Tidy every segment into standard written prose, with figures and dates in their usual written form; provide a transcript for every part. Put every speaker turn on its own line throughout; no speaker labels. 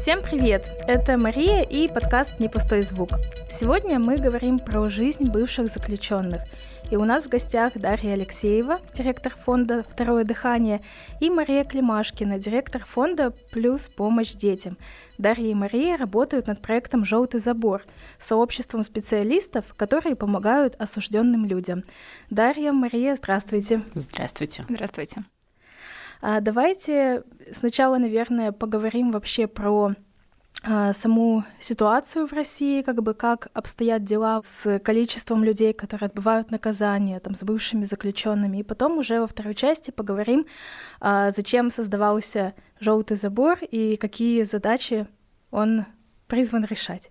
Всем привет! Это Мария и подкаст «Не пустой звук». Сегодня мы говорим про жизнь бывших заключенных. И у нас в гостях Дарья Алексеева, директор фонда «Второе дыхание», и Мария Климашкина, директор фонда «Плюс помощь детям». Дарья и Мария работают над проектом «Желтый забор» сообществом специалистов, которые помогают осужденным людям. Дарья, Мария, здравствуйте.
Здравствуйте.
Здравствуйте.
Давайте сначала, наверное, поговорим вообще про саму ситуацию в России, как обстоят дела с количеством людей, которые отбывают наказание, с бывшими заключенными, и потом уже во второй части поговорим, зачем создавался «Желтый забор» и какие задачи он призван решать.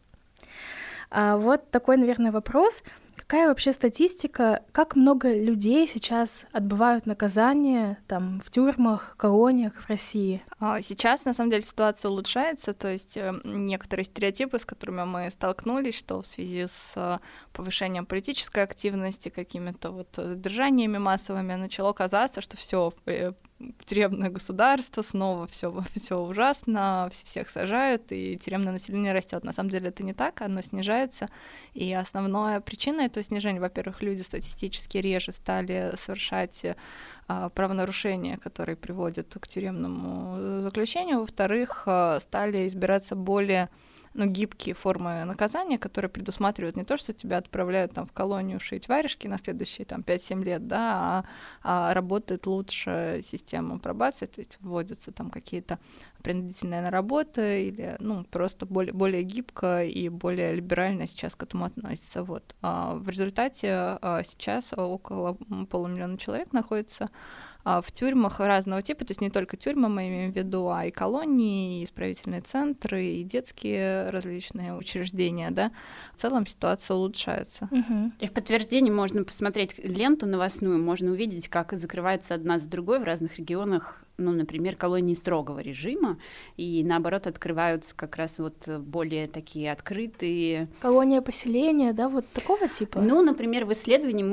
Вот такой, наверное, вопрос. Какая вообще статистика, как много людей сейчас отбывают наказание в тюрьмах, колониях в России?
Сейчас, на самом деле, ситуация улучшается, то есть некоторые стереотипы, с которыми мы столкнулись, что в связи с повышением политической активности, какими-то задержаниями массовыми, начало казаться, что все тюремное государство, снова все ужасно, всех сажают, и тюремное население растет. На самом деле это не так, оно снижается. И основная причина этого снижения, во-первых, люди статистически реже стали совершать правонарушения, которые приводят к тюремному заключению. Во-вторых, стали избираться более гибкие формы наказания, которые предусматривают не то, что тебя отправляют в колонию шить варежки на следующие 5-7 лет, да, а работает лучше система пробации, то есть вводятся какие-то принудительные работы или просто более гибко и более либерально сейчас к этому относятся. В результате сейчас около 500 000 человек находится в тюрьмах разного типа, то есть не только тюрьмы мы имеем в виду, а и колонии, и исправительные центры, и детские различные учреждения, да. В целом ситуация улучшается.
Угу. И в подтверждение можно посмотреть ленту новостную, можно увидеть, как закрывается одна за другой в разных регионах, например, колонии строгого режима, и наоборот открываются как раз более такие открытые...
Колония-поселения, да, такого типа?
Например, в исследовании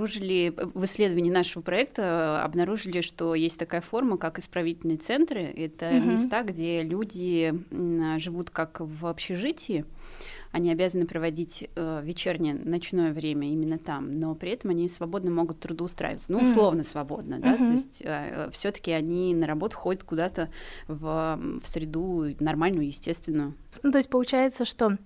нашего проекта обнаружили, что есть такая форма, как исправительные центры. Это места, где люди живут как в общежитии. Они обязаны проводить вечернее, ночное время именно там, но при этом они свободно могут трудоустраиваться, условно свободно, да, то есть все-таки они на работу ходят куда-то в среду нормальную, естественную.
То есть получается, что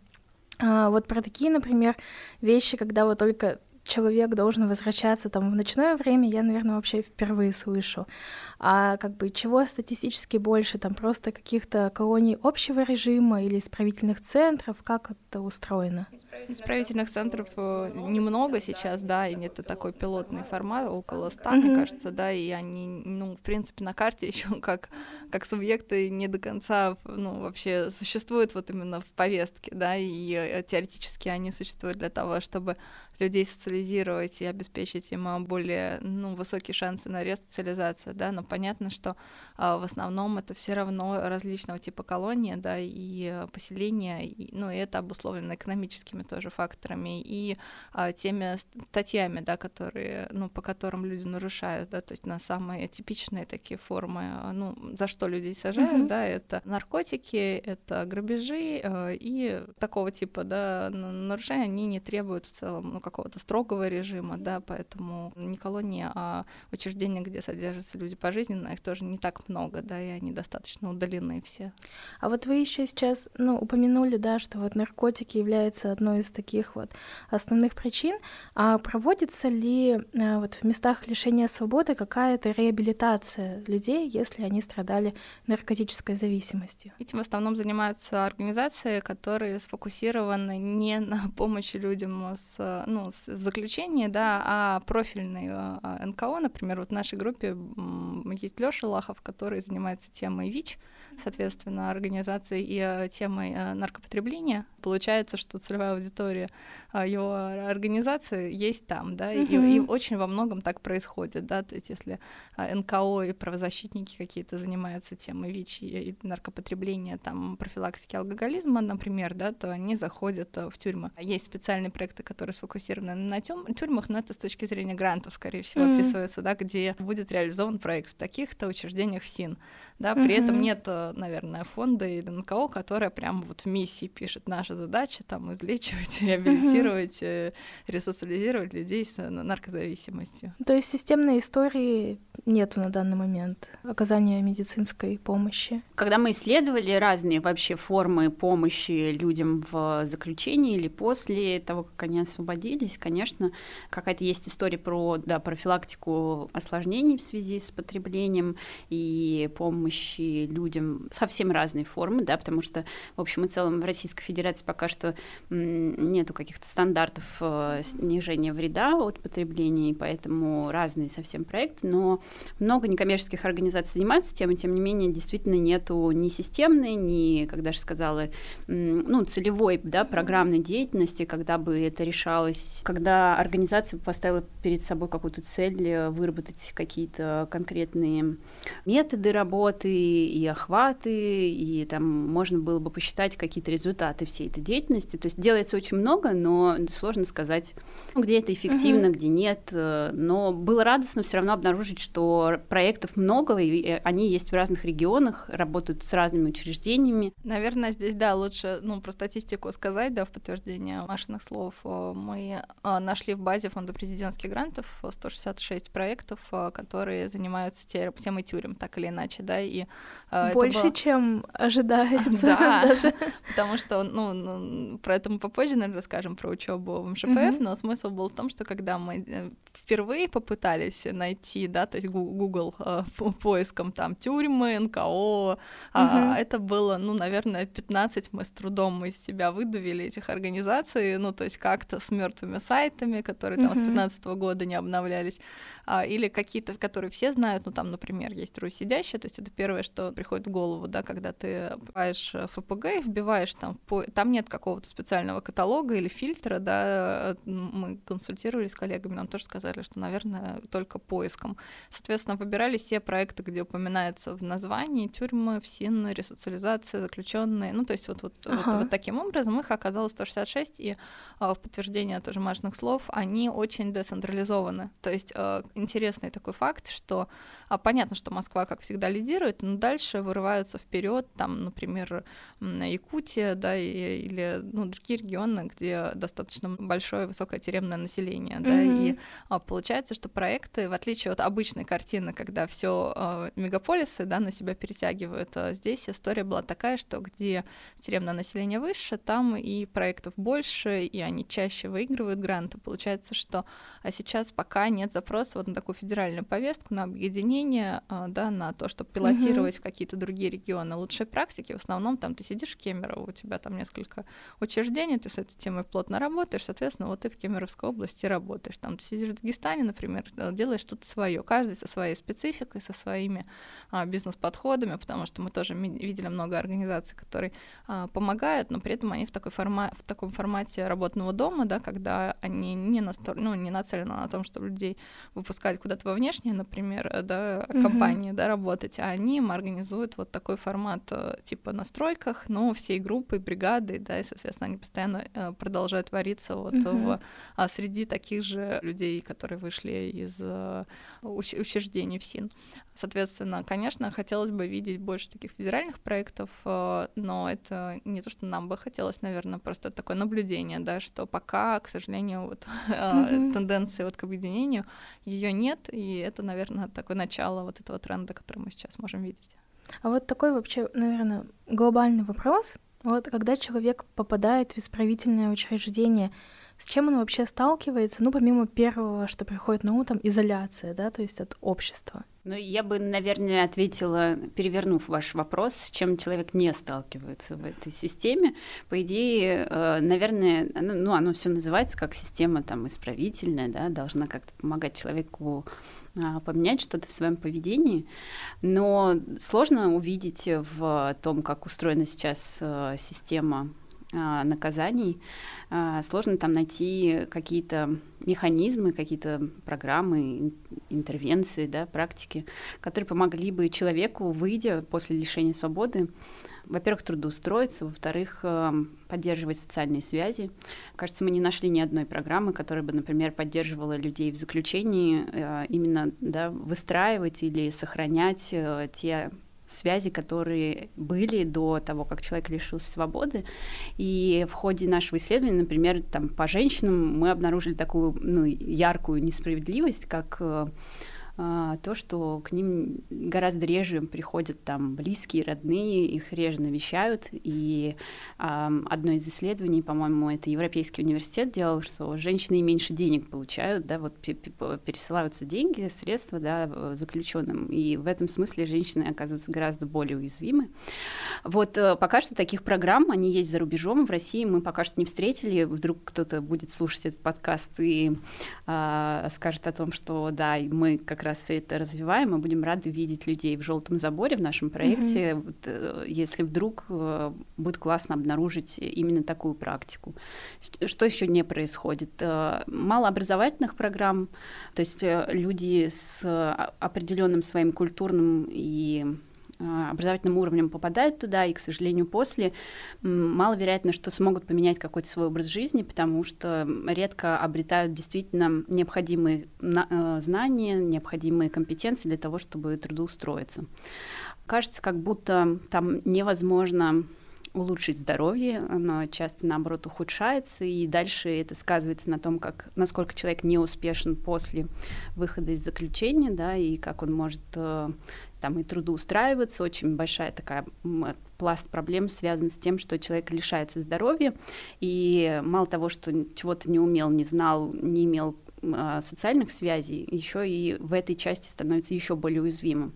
про такие, например, вещи, когда только человек должен возвращаться в ночное время, я, наверное, вообще впервые слышу. А чего статистически больше, просто каких-то колоний общего режима или исправительных центров, как это устроено?
Исправительных центров немного сейчас, да, и это такой пилотный формат, около 100, мне кажется, да, и они, в принципе, на карте еще как субъекты не до конца, вообще существуют именно в повестке, да, и теоретически они существуют для того, чтобы людей социализировать и обеспечить им более, высокие шансы на ресоциализацию, да, но понятно, что в основном это все равно различного типа колонии, да, и поселения, и это обусловлено экономическими тоже факторами и теми статьями, да, которые, по которым люди нарушают, да, то есть на самые типичные такие формы, за что людей сажают, да, это наркотики, это грабежи и такого типа, да, нарушения, они не требуют в целом, какого-то строгого режима, да, поэтому не колонии, а учреждения, где содержатся люди пожизненно, их тоже не так много, да, и они достаточно удаленные все.
А вы еще сейчас, упомянули, да, что наркотики являются одной из таких основных причин. А проводится ли в местах лишения свободы какая-то реабилитация людей, если они страдали наркотической зависимостью?
Этим в основном занимаются организации, которые сфокусированы не на помощи людям в заключении, да, а профильные НКО, например, в нашей группе есть Лёша Лахов, который занимается темой ВИЧ, соответственно, организацией и темой наркопотребления. Получается, что целевая аудитория его организации есть там, да, и очень во многом так происходит, да, то есть если НКО и правозащитники какие-то занимаются темой ВИЧ и наркопотребления, профилактики алкоголизма, например, да, то они заходят в тюрьмы. Есть специальные проекты, которые сфокусированы сфокусированы на тюрьмах, но это с точки зрения грантов, скорее всего, описывается, да, где будет реализован проект в таких-то учреждениях ФСИН. Да, при этом нет, наверное, фонда или НКО, которая прямо вот в миссии пишет: наша задача там излечивать, реабилитировать, ресоциализировать людей с наркозависимостью.
То есть системной истории нету на данный момент оказания медицинской помощи?
Когда мы исследовали разные вообще формы помощи людям в заключении или после того, как они освободились, конечно, какая-то есть история про профилактику осложнений в связи с потреблением и помощи людям совсем разной формы, да, потому что, в общем и целом, в Российской Федерации пока что нету каких-то стандартов снижения вреда от потребления, и поэтому разные совсем проекты, но много некоммерческих организаций занимаются тем, и тем не менее действительно нету ни системной, ни, как даже сказала, целевой, да, программной деятельности, когда бы это решалось, когда организация поставила перед собой какую-то цель выработать какие-то конкретные методы работы и охваты, и там можно было бы посчитать какие-то результаты всей этой деятельности. То есть делается очень много, но сложно сказать, где это эффективно, где нет. Но было радостно все равно обнаружить, что проектов много, и они есть в разных регионах, работают с разными учреждениями.
Наверное, здесь, да, лучше, про статистику сказать, да, в подтверждение Машиных слов. Мы нашли в базе Фонда президентских грантов 166 проектов, которые занимаются темой тюрем, так или иначе, да, и
больше, чем ожидается.
Да, даже. Потому что, про это мы попозже, наверное, расскажем, про учебу в МШПФ, но смысл был в том, что когда мы впервые попытались найти, да, то есть Google поиском там тюрьмы, НКО, это было, наверное, 15 мы с трудом из себя выдавили этих организаций, то есть как-то с мертвыми сайтами, которые там с 15 года не обновлялись, или какие-то, которые все знают, там, например, есть Русь сидящая, то есть это первое, что приходит в голову, да, когда ты вбиваешь ФПГ и вбиваешь там нет какого-то специального каталога или фильтра, да, мы консультировались с коллегами, нам тоже сказали, что, наверное, только поиском. Соответственно, выбирали все проекты, где упоминается в названии тюрьмы, ФСИН, ресоциализация, заключенные, то есть вот таким образом их оказалось 166, и в подтверждение тоже Машиных слов, они очень децентрализованы, то есть интересный такой факт, что понятно, что Москва, как всегда, лидирует, но дальше вырываются вперед, там, например, Якутия, да, или другие регионы, где достаточно большое высокое тюремное население, да, и получается, что проекты, в отличие от обычной картины, когда все мегаполисы, да, на себя перетягивают, здесь история была такая, что где тюремное население выше, там и проектов больше, и они чаще выигрывают гранты. Получается, что сейчас пока нет запроса на такую федеральную повестку, на объединение, да, на то, чтобы пилотировать какие-то другие регионы. Лучшие практики, в основном, там ты сидишь в Кемерово, у тебя там несколько учреждений, ты с этой темой плотно работаешь, соответственно, вот ты в Кемеровской области работаешь. Там ты сидишь в Дагестане, например, делаешь что-то свое, каждый со своей спецификой, со своими бизнес-подходами, потому что мы тоже видели много организаций, которые помогают, но при этом они в таком формате работного дома, да, когда они не нацелены на том, чтобы людей выпускать куда-то во внешнее, например, да, компании, да, работать, а они им организуют вот такой формат типа на стройках, но всей группой, бригадой, да, и, соответственно, они постоянно продолжают вариться среди таких же людей, которые вышли из учреждений ФСИН. Соответственно, конечно, хотелось бы видеть больше таких федеральных проектов, но это не то, что нам бы хотелось, наверное, просто такое наблюдение, да, что пока, к сожалению, тенденции к объединению ее нет, и это, наверное, такое начало этого тренда, который мы сейчас можем видеть.
А вот такой вообще, наверное, глобальный вопрос. Вот когда человек попадает в исправительное учреждение, с чем он вообще сталкивается? Помимо первого, что приходит на ум, изоляция, да, то есть от общества.
Я бы, наверное, ответила, перевернув ваш вопрос, с чем человек не сталкивается в этой системе. По идее, наверное, оно все называется как система исправительная, да, должна как-то помогать человеку поменять что-то в своем поведении, но сложно увидеть в том, как устроена сейчас система наказаний, сложно там найти какие-то механизмы, какие-то программы, интервенции, да, практики, которые помогли бы человеку, выйдя после лишения свободы, во-первых, трудоустроиться, во-вторых, поддерживать социальные связи. Кажется, мы не нашли ни одной программы, которая бы, например, поддерживала людей в заключении, именно, да, выстраивать или сохранять те связи, которые были до того, как человек лишился свободы. И в ходе нашего исследования, например, там, по женщинам мы обнаружили такую, яркую несправедливость, как то, что к ним гораздо реже приходят там близкие, родные, их реже навещают. И одно из исследований, по-моему, это Европейский университет делал, что женщины меньше денег получают, да, вот пересылаются деньги, средства, да, заключенным. И в этом смысле женщины оказываются гораздо более уязвимы. Вот пока что таких программ, они есть за рубежом, в России мы пока что не встретили. Вдруг кто-то будет слушать этот подкаст и скажет о том, что да, мы как раз это развиваем, мы будем рады видеть людей в желтом заборе в нашем проекте, вот, если вдруг будет классно обнаружить именно такую практику. Что еще не происходит? Мало образовательных программ, то есть люди с определенным своим культурным и образовательным уровнем попадают туда, и, к сожалению, после маловероятно, что смогут поменять какой-то свой образ жизни, потому что редко обретают действительно необходимые знания, необходимые компетенции для того, чтобы трудоустроиться. Кажется, как будто там невозможно улучшить здоровье, оно часто, наоборот, ухудшается, и дальше это сказывается на том, насколько человек неуспешен после выхода из заключения, да, и как он может там и трудоустраиваться. Очень большая такая пласт проблем связан с тем, что человек лишается здоровья, и мало того, что чего-то не умел, не знал, не имел социальных связей, еще и в этой части становится еще более уязвимым.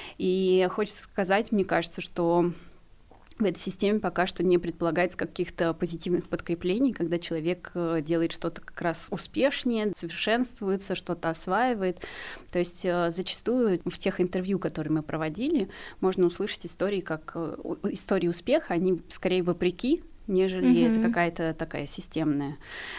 И хочется сказать, мне кажется, что в этой системе пока что не предполагается каких-то позитивных подкреплений, когда человек делает что-то как раз успешнее, совершенствуется, что-то осваивает. То есть зачастую в тех интервью, которые мы проводили, можно услышать истории, как истории успеха, они скорее вопреки, нежели это какая-то такая системная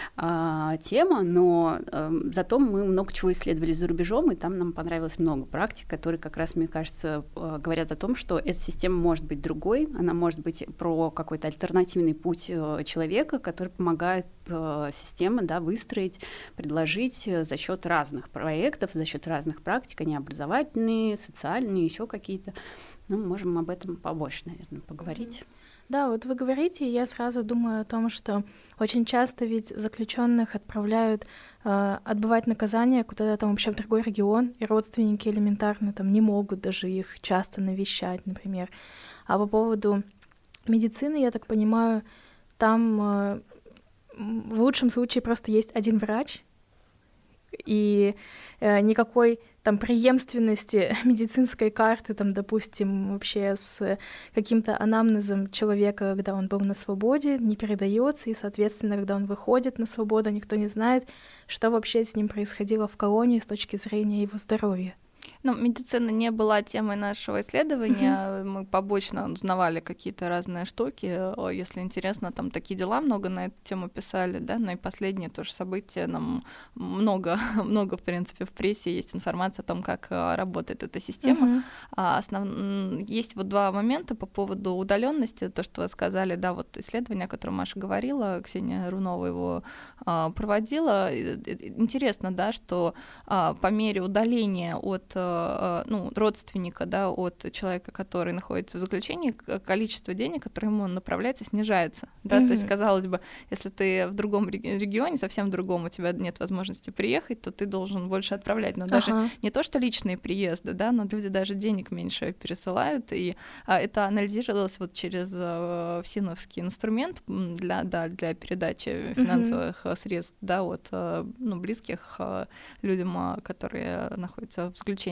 тема, но зато мы много чего исследовали за рубежом, и там нам понравилось много практик, которые как раз, мне кажется, говорят о том, что эта система может быть другой, она может быть про какой-то альтернативный путь человека, который помогает системе, да, выстроить, предложить за счет разных проектов, за счет разных практик, они образовательные, социальные, еще какие-то. Ну, можем об этом побольше, наверное, поговорить.
Да, вот вы говорите, и я сразу думаю о том, что очень часто ведь заключенных отправляют отбывать наказание куда-то там вообще в другой регион, и родственники элементарно там не могут даже их часто навещать, например. А по поводу медицины, я так понимаю, там в лучшем случае просто есть один врач, и никакой там преемственности медицинской карты, там, допустим, вообще с каким-то анамнезом человека, когда он был на свободе, не передается, и, соответственно, когда он выходит на свободу, никто не знает, что вообще с ним происходило в колонии с точки зрения его здоровья.
Ну, медицина не была темой нашего исследования, мы побочно узнавали какие-то разные штуки, если интересно, там такие дела много на эту тему писали, да, но и последние тоже события, нам много, в принципе, в прессе есть информация о том, как работает эта система. Есть вот два момента по поводу удаленности, то, что вы сказали, да, вот исследование, о котором Маша говорила, Ксения Рунова его проводила. Интересно, да, что по мере удаления от родственника, да, от человека, который находится в заключении, количество денег, которое ему направляется, снижается. Да? То есть, казалось бы, если ты в другом регионе, совсем в другом, у тебя нет возможности приехать, то ты должен больше отправлять. Но даже не то, что личные приезды, да, но люди даже денег меньше пересылают. И это анализировалось вот через ФСИНовский инструмент для передачи финансовых средств, да, от близких людям, которые находятся в заключении.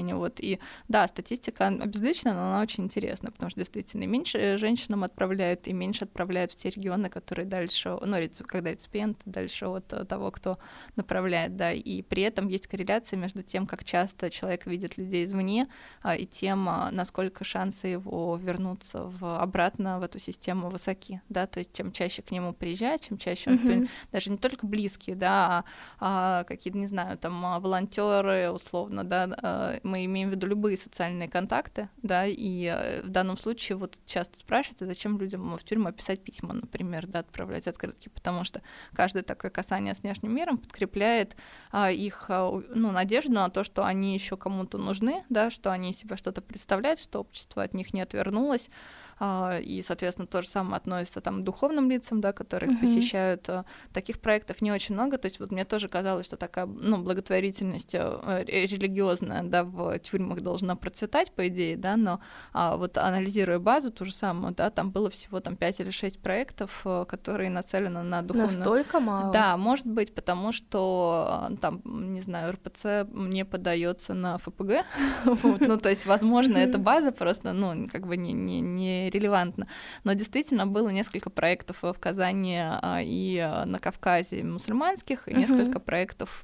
плане. Вот. И да, статистика обезличена, но она очень интересна, потому что действительно меньше женщинам отправляют, и меньше отправляют в те регионы, которые дальше, ну, когда реципиент дальше от того, кто направляет, да, и при этом есть корреляция между тем, как часто человек видит людей извне, и тем, насколько шансы его вернуться обратно в эту систему высоки, да, то есть чем чаще к нему приезжает, чем чаще он, даже не только близкие, да, а какие-то, не знаю, там, волонтеры, условно, да, мы имеем в виду любые социальные контакты, да, и в данном случае вот часто спрашивают, зачем людям в тюрьму писать письма, например, да, отправлять открытки, потому что каждое такое касание с внешним миром подкрепляет их, ну, надежду на то, что они еще кому-то нужны, да, что они себя что-то представляют, что общество от них не отвернулось, и, соответственно, то же самое относится там, к духовным лицам, да, которые их посещают. Таких проектов не очень много, то есть вот мне тоже казалось, что такая, ну, благотворительность религиозная, да, в тюрьмах должна процветать, по идее, да, но вот анализируя базу, ту же самую, да, там было всего там 5 или 6 проектов, которые нацелены на духовную...
Настолько мало?
Да, может быть, потому что там, не знаю, РПЦ не подается на ФПГ, ну, то есть, возможно, эта база просто, ну, как бы не релевантно. Но действительно было несколько проектов в Казани и на Кавказе мусульманских, и несколько проектов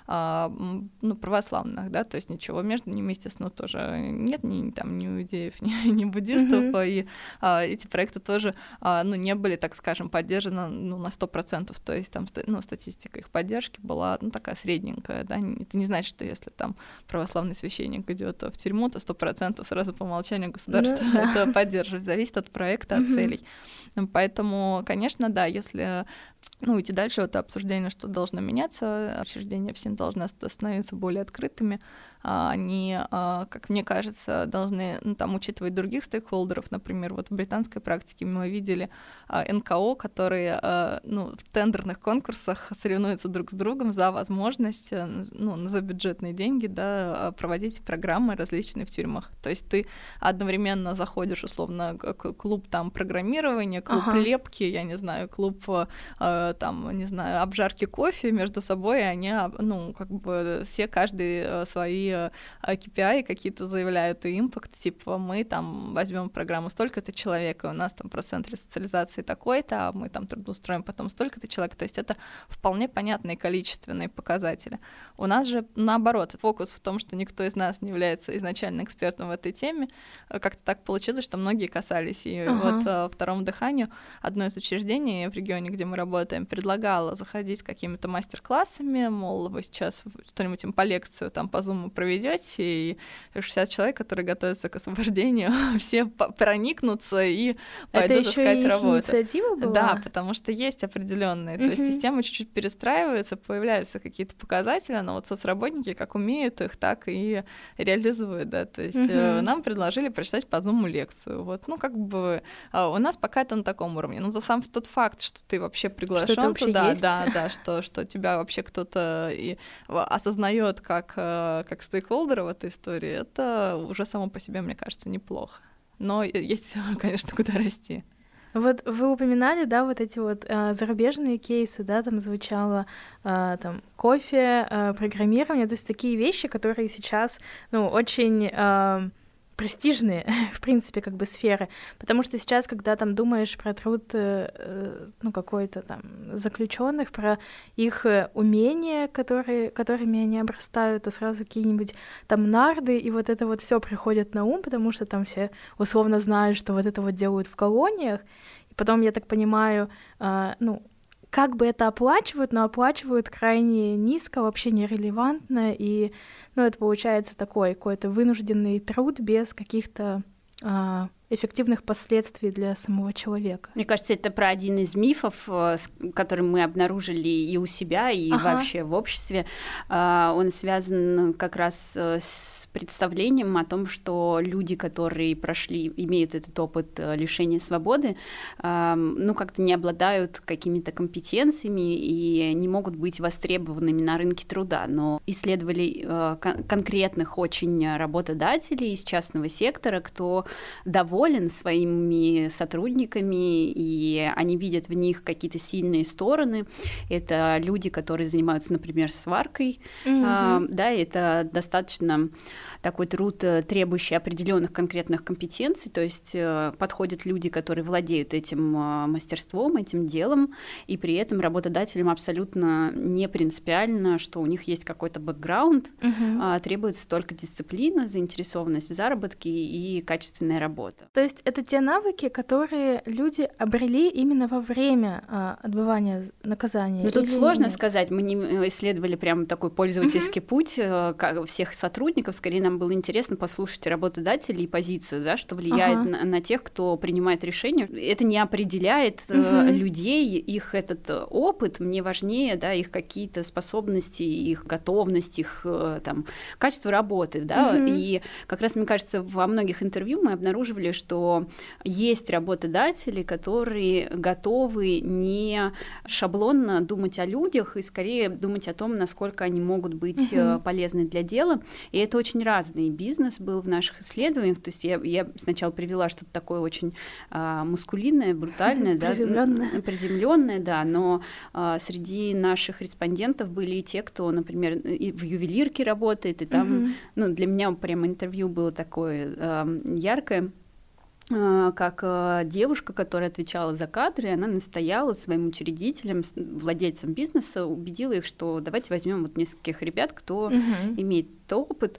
ну, православных, да, то есть ничего между ними, естественно, тоже нет, ни иудеев, ни буддистов, и эти проекты тоже, ну, не были, так скажем, поддержаны, ну, на 100%, то есть там, ну, статистика их поддержки была, ну, такая средненькая, да, это не значит, что если там православный священник идет в тюрьму, то 100% сразу по умолчанию государство это поддерживает, зависит от проекта, от целей. Поэтому, конечно, да, если идти дальше в это обсуждение, что должно меняться, учреждения все должны становиться более открытыми, они, как мне кажется, должны там учитывать других стейкхолдеров. Например, вот в британской практике мы видели НКО, которые в тендерных конкурсах соревнуются друг с другом за возможность, за бюджетные деньги, да, проводить программы различные в тюрьмах. То есть ты одновременно заходишь, условно, клуб там программирования, клуб лепки, я не знаю, клуб там, не знаю, обжарки кофе между собой, и они, все, каждый свои KPI какие-то заявляют, и импакт, типа, мы там возьмем программу столько-то человек, и у нас там процент ресоциализации такой-то, а мы там трудоустроим потом столько-то человек, то есть это вполне понятные количественные показатели. У нас же, наоборот, фокус в том, что никто из нас не является изначально экспертом в этой теме, как-то так получилось, что многие касались, и вот «Второму дыханию» одно из учреждений в регионе, где мы работаем, предлагало заходить с какими-то мастер-классами, мол, вы сейчас что-нибудь им по лекцию там по Zoom проведете, и 60 человек, которые готовятся к освобождению, все проникнутся и пойдут искать работу.
Это еще инициатива была?
Да, потому что есть определенные, то есть система чуть-чуть перестраивается, появляются какие-то показатели, но вот соцработники как умеют их, так и реализуют, да, то есть нам предложили прочитать по Zoom лекцию, вот, у нас пока это на таком уровне, но сам тот факт, что ты вообще приглашен туда, да, что тебя вообще кто-то осознает как стейкхолдера в этой истории, это уже само по себе, мне кажется, неплохо. Но есть, конечно, куда расти.
Вот вы упоминали, да, вот эти вот зарубежные кейсы, да, там звучало там кофе, программирование, то есть такие вещи, которые сейчас, очень престижные, в принципе, как бы сферы, потому что сейчас, когда там думаешь про труд, какой-то там заключенных, про их умения, которыми они обрастают, то сразу какие-нибудь там нарды, и вот это вот все приходит на ум, потому что там все условно знают, что вот это вот делают в колониях, и потом, я так понимаю, как бы это оплачивают, но оплачивают крайне низко, вообще нерелевантно, и, это получается такой какой-то вынужденный труд без каких-то эффективных последствий для самого человека.
Мне кажется, это про один из мифов, который мы обнаружили и у себя, и вообще в обществе. Он связан как раз с представлением о том, что люди, которые имеют этот опыт лишения свободы, как-то не обладают какими-то компетенциями и не могут быть востребованными на рынке труда. Но исследовали конкретных очень работодателей из частного сектора, кто доволен своими сотрудниками, и они видят в них какие-то сильные стороны. Это люди, которые занимаются, например, сваркой. Да, это достаточно такой труд, требующий определенных конкретных компетенций, то есть подходят люди, которые владеют этим мастерством, этим делом, и при этом работодателям абсолютно не принципиально, что у них есть какой-то бэкграунд, требуется только дисциплина, заинтересованность в заработке и качественная работа.
То есть это те навыки, которые люди обрели именно во время отбывания наказания?
Ну, тут сложно сказать, мы не исследовали прям такой пользовательский путь всех сотрудников, скорее нам было интересно послушать работодателей и позицию, да, что влияет на тех, кто принимает решения. Это не определяет людей, их этот опыт, мне важнее, да, их какие-то способности, их готовность, их там, качество работы, да, и как раз, мне кажется, во многих интервью мы обнаруживали, что есть работодатели, которые готовы не шаблонно думать о людях и скорее думать о том, насколько они могут быть полезны для дела, и это очень разный бизнес был в наших исследованиях, то есть я сначала привела что-то такое очень мускулинное, брутальное, приземленное, да, но среди наших респондентов были и те, кто, например, и в ювелирке работает, и там, ну, для меня прямо интервью было такое яркое, как девушка, которая отвечала за кадры, она настояла своим учредителям, владельцам бизнеса, убедила их, что давайте возьмем вот нескольких ребят, кто имеет опыт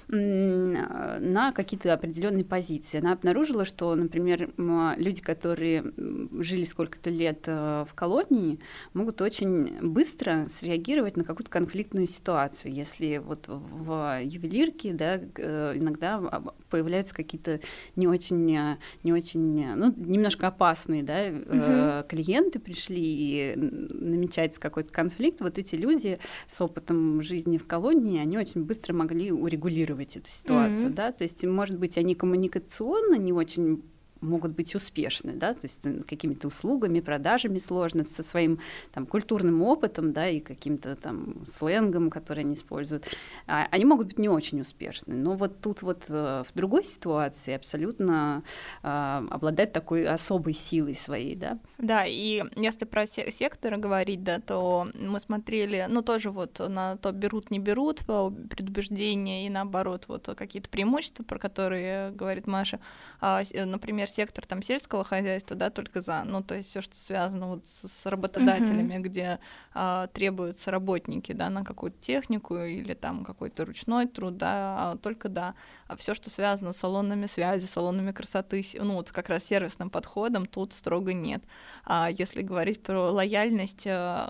на какие-то определенные позиции. Она обнаружила, что, например, люди, которые жили сколько-то лет в колонии, могут очень быстро среагировать на какую-то конфликтную ситуацию. Если вот в ювелирке, да, иногда появляются какие-то не очень, ну, немножко опасные, да, клиенты пришли, и намечается какой-то конфликт, вот эти люди с опытом жизни в колонии, они очень быстро могли урегулировать эту ситуацию, да, то есть, может быть, они коммуникационно не очень могут быть успешны, да, то есть какими-то услугами, продажами сложно, со своим там культурным опытом, да, и каким-то там сленгом, который они используют, они могут быть не очень успешны, но вот тут вот в другой ситуации абсолютно обладают такой особой силой своей, да.
Да, и если про секторы говорить, да, то мы смотрели, ну, тоже вот на то берут, не берут, предубеждения и наоборот, вот какие-то преимущества, про которые говорит Маша, например, сектор там сельского хозяйства, да, только за, ну, то есть все, что связано вот с работодателями, где требуются работники, да, на какую-то технику или там какой-то ручной труд, да, только да, а все, что связано с салонами связи, салонами красоты, ну, вот как раз сервисным подходом, тут строго нет. А если говорить про лояльность,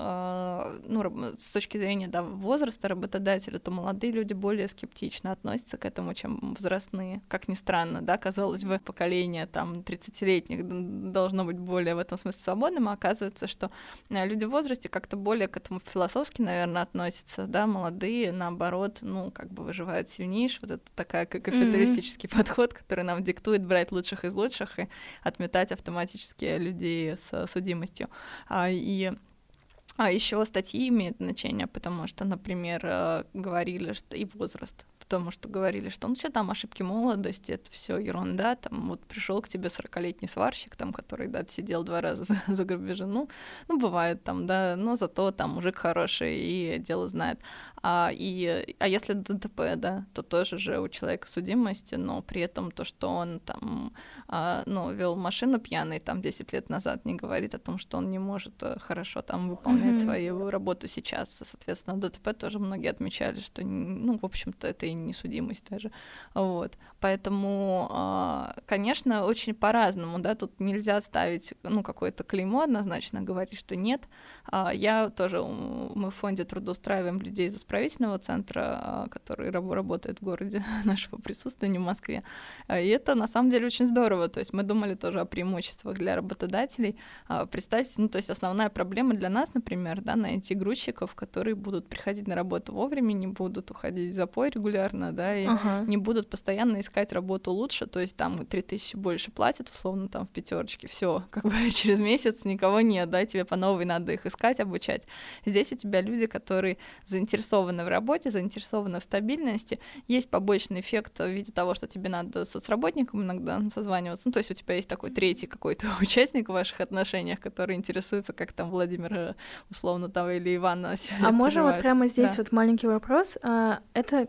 ну, с точки зрения, да, возраста работодателя, то молодые люди более скептично относятся к этому, чем возрастные, как ни странно, да, казалось бы, поколение там 30-летних должно быть более в этом смысле свободным, а оказывается, что люди в возрасте как-то более к этому философски, наверное, относятся, да, молодые, наоборот, ну, как бы выживают сильнейшие, вот это такая капиталистический подход, который нам диктует брать лучших из лучших и отметать автоматически людей с судимостью. А еще статьи имеют значение, потому что, например, говорили, что и возраст, потому что говорили, что ну что там, ошибки молодости, это все ерунда, там вот пришел к тебе 40-летний сварщик, там, который, да, сидел 2 раза за грабежом, ну, бывает там, да, но зато там мужик хороший и дело знает. А если ДТП, да, то тоже же у человека судимость, но при этом то, что он там, вел машину пьяный там 10 лет назад, не говорит о том, что он не может хорошо там выполнять свою работу сейчас. Соответственно, ДТП тоже многие отмечали, что, ну, в общем-то, это и не судимость даже. Вот. Поэтому, конечно, очень по-разному, да, тут нельзя ставить, ну, какое-то клеймо однозначно, говорить, что нет. Мы в фонде трудоустраиваем людей из исправительного центра, который работает в городе нашего присутствия, в Москве. И это на самом деле очень здорово. То есть мы думали тоже о преимуществах для работодателей. Представьте, ну, то есть основная проблема для нас, например, да, найти грузчиков, которые будут приходить на работу вовремя, не будут уходить в запой регулярно, да, и не будут постоянно искать работу лучше, то есть там 3000 больше платят, условно, там в 5, все, как бы через месяц никого нет, да, тебе по новой надо их искать, обучать. Здесь у тебя люди, которые заинтересованы в работе, заинтересованы в стабильности, есть побочный эффект в виде того, что тебе надо с соцработником иногда созваниваться, ну, то есть у тебя есть такой третий какой-то участник в ваших отношениях, который интересуется, как там Владимир, условно, там, или Иван.
А можно вот прямо здесь вот маленький вопрос, это какое-то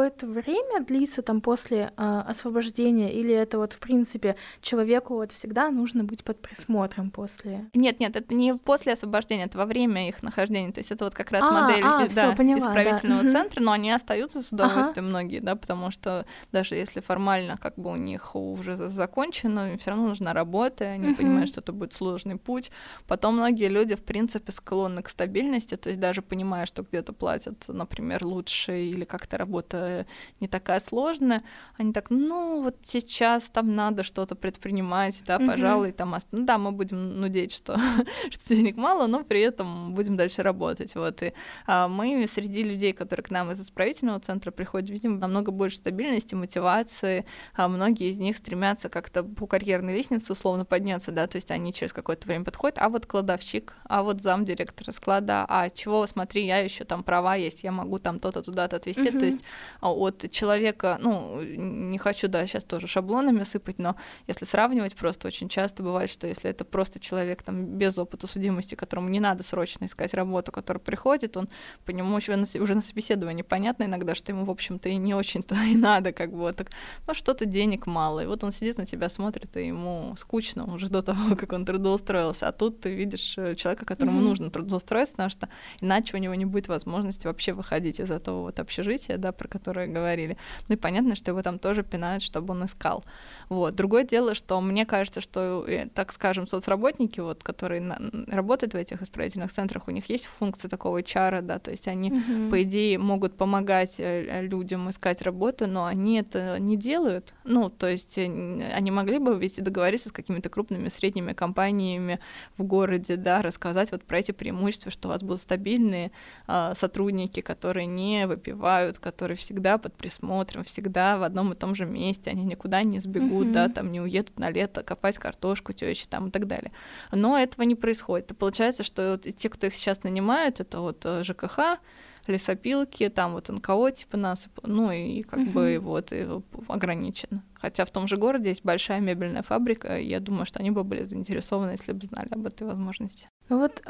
какое-то время длится там после освобождения, или это вот в принципе человеку вот всегда нужно быть под присмотром после?
Нет, это не после освобождения, это во время их нахождения. То есть это вот как раз модель исправительного центра, но они остаются с удовольствием многие, да, потому что даже если формально как бы у них уже закончено, им все равно нужна работа, они понимают, что это будет сложный путь. Потом многие люди, в принципе, склонны к стабильности, то есть даже понимая, что где-то платят, например, лучше или как-то работа не такая сложная, они так, ну вот сейчас там надо что-то предпринимать, да, пожалуй, там, ну да, мы будем нудеть, что денег мало, но при этом будем дальше работать, вот. И мы среди людей, которые к нам из исправительного центра приходят, видим намного больше стабильности, мотивации, многие из них стремятся как-то по карьерной лестнице условно подняться, да, то есть они через какое-то время подходят, а вот кладовщик, а вот замдиректора склада, а чего, смотри, я еще там права есть, я могу там то-то туда-то отвезти, то есть от человека, ну, не хочу, да, сейчас тоже шаблонами сыпать, но если сравнивать, просто очень часто бывает, что если это просто человек там без опыта судимости, которому не надо срочно искать работу, который приходит, он по нему уже на собеседовании понятно иногда, что ему, в общем-то, и не очень-то и надо, как бы вот так, ну, что-то денег мало, и вот он сидит на тебя, смотрит, и ему скучно уже до того, как он трудоустроился, а тут ты видишь человека, которому нужно трудоустроиться, потому что иначе у него не будет возможности вообще выходить из этого вот общежития, да, про которое говорили. Ну и понятно, что его там тоже пинают, чтобы он искал. Вот. Другое дело, что мне кажется, что, так скажем, соцработники, вот, которые работают в этих исправительных центрах, у них есть функция такого HR, да, то есть они, по идее, могут помогать людям искать работу, но они это не делают. Ну, то есть они могли бы ведь договориться с какими-то крупными, средними компаниями в городе, да, рассказать вот про эти преимущества, что у вас будут стабильные сотрудники, которые не выпивают, которые всегда под присмотром, всегда в одном и том же месте, они никуда не сбегут, да, там не уедут на лето копать картошку тёще там и так далее. Но этого не происходит. И получается, что вот те, кто их сейчас нанимают, это вот ЖКХ, лесопилки, там вот НКО типа насыпь, ну и как бы вот и ограничено. Хотя в том же городе есть большая мебельная фабрика, и я думаю, что они бы были заинтересованы, если бы знали об этой возможности.
Ну вот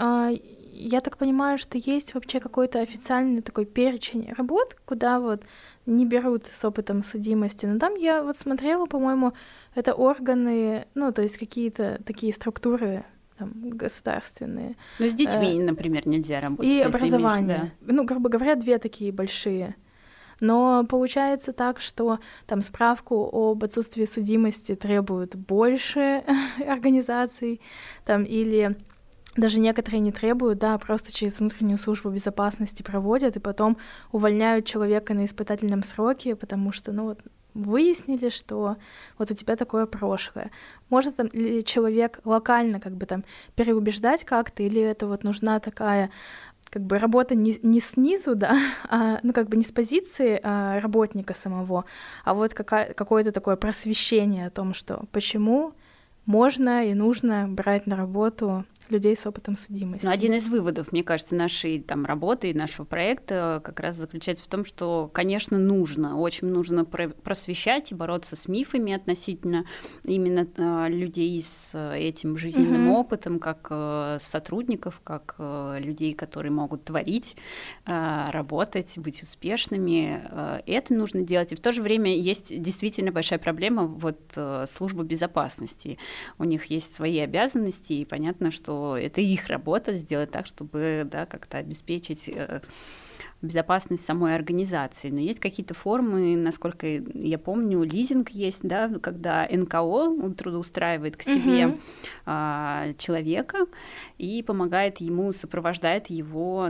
я так понимаю, что есть вообще какой-то официальный такой перечень работ, куда вот не берут с опытом судимости. Но там я вот смотрела, по-моему, это органы, ну то есть какие-то такие структуры там, государственные.
Ну с детьми, например, нельзя работать.
И образование. Да. Ну, грубо говоря, две такие большие. Но получается так, что там справку об отсутствии судимости требуют больше организаций, там, или даже некоторые не требуют, да, просто через внутреннюю службу безопасности проводят, и потом увольняют человека на испытательном сроке, потому что, ну вот, выяснили, что вот у тебя такое прошлое. Может там ли человек локально как бы там переубеждать как-то, или это вот нужна такая как бы работа не снизу, да, ну как бы не с позиции работника самого, а вот какое-то такое просвещение о том, что почему можно и нужно брать на работу людей с опытом судимости.
Но один из выводов, мне кажется, нашей там работы и нашего проекта как раз заключается в том, что, конечно, очень нужно просвещать и бороться с мифами относительно именно людей с этим жизненным опытом, как сотрудников, как людей, которые могут творить, работать, быть успешными. Это нужно делать. И в то же время есть действительно большая проблема вот служба безопасности. У них есть свои обязанности, и понятно, что это их работа сделать так, чтобы, да, как-то обеспечить безопасность самой организации. Но есть какие-то формы, насколько я помню, лизинг есть, да, когда НКО трудоустраивает к себе человека и помогает ему, сопровождает его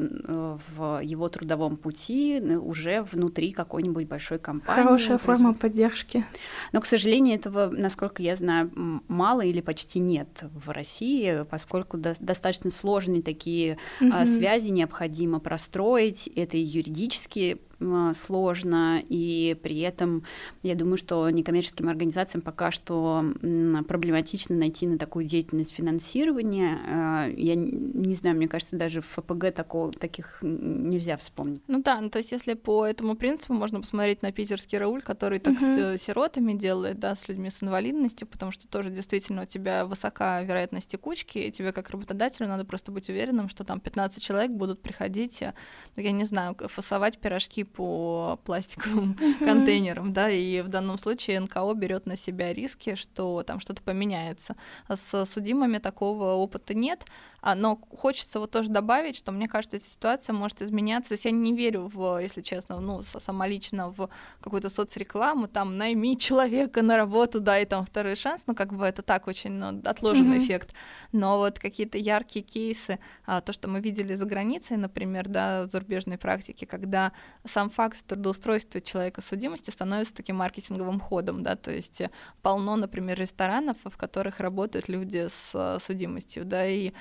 в его трудовом пути уже внутри какой-нибудь большой компании.
Хорошая форма поддержки.
Но, к сожалению, этого, насколько я знаю, мало или почти нет в России, поскольку достаточно сложные такие связи необходимо простроить. Это и юридически сложно, и при этом я думаю, что некоммерческим организациям пока что проблематично найти на такую деятельность финансирования. Я не знаю, мне кажется, даже в ФПГ таких нельзя вспомнить.
Ну да, то есть если по этому принципу можно посмотреть на питерский Рауль, который так с сиротами делает, да, с людьми с инвалидностью, потому что тоже действительно у тебя высока вероятность текучки, и тебе как работодателю надо просто быть уверенным, что там 15 человек будут приходить, ну я не знаю, фасовать пирожки по пластиковым контейнерам, да, и в данном случае НКО берет на себя риски, что там что-то поменяется. С судимыми такого опыта нет, но хочется вот тоже добавить, что мне кажется, эта ситуация может изменяться. То есть я не верю если честно, сама лично в какую-то соцрекламу, там, найми человека на работу, дай там второй шанс, это так очень отложенный эффект. Но вот какие-то яркие кейсы, то, что мы видели за границей, например, да, в зарубежной практике, когда сам факт трудоустройства человека с судимостью становится таким маркетинговым ходом, да, то есть полно, например, ресторанов, в которых работают люди с судимостью, да, и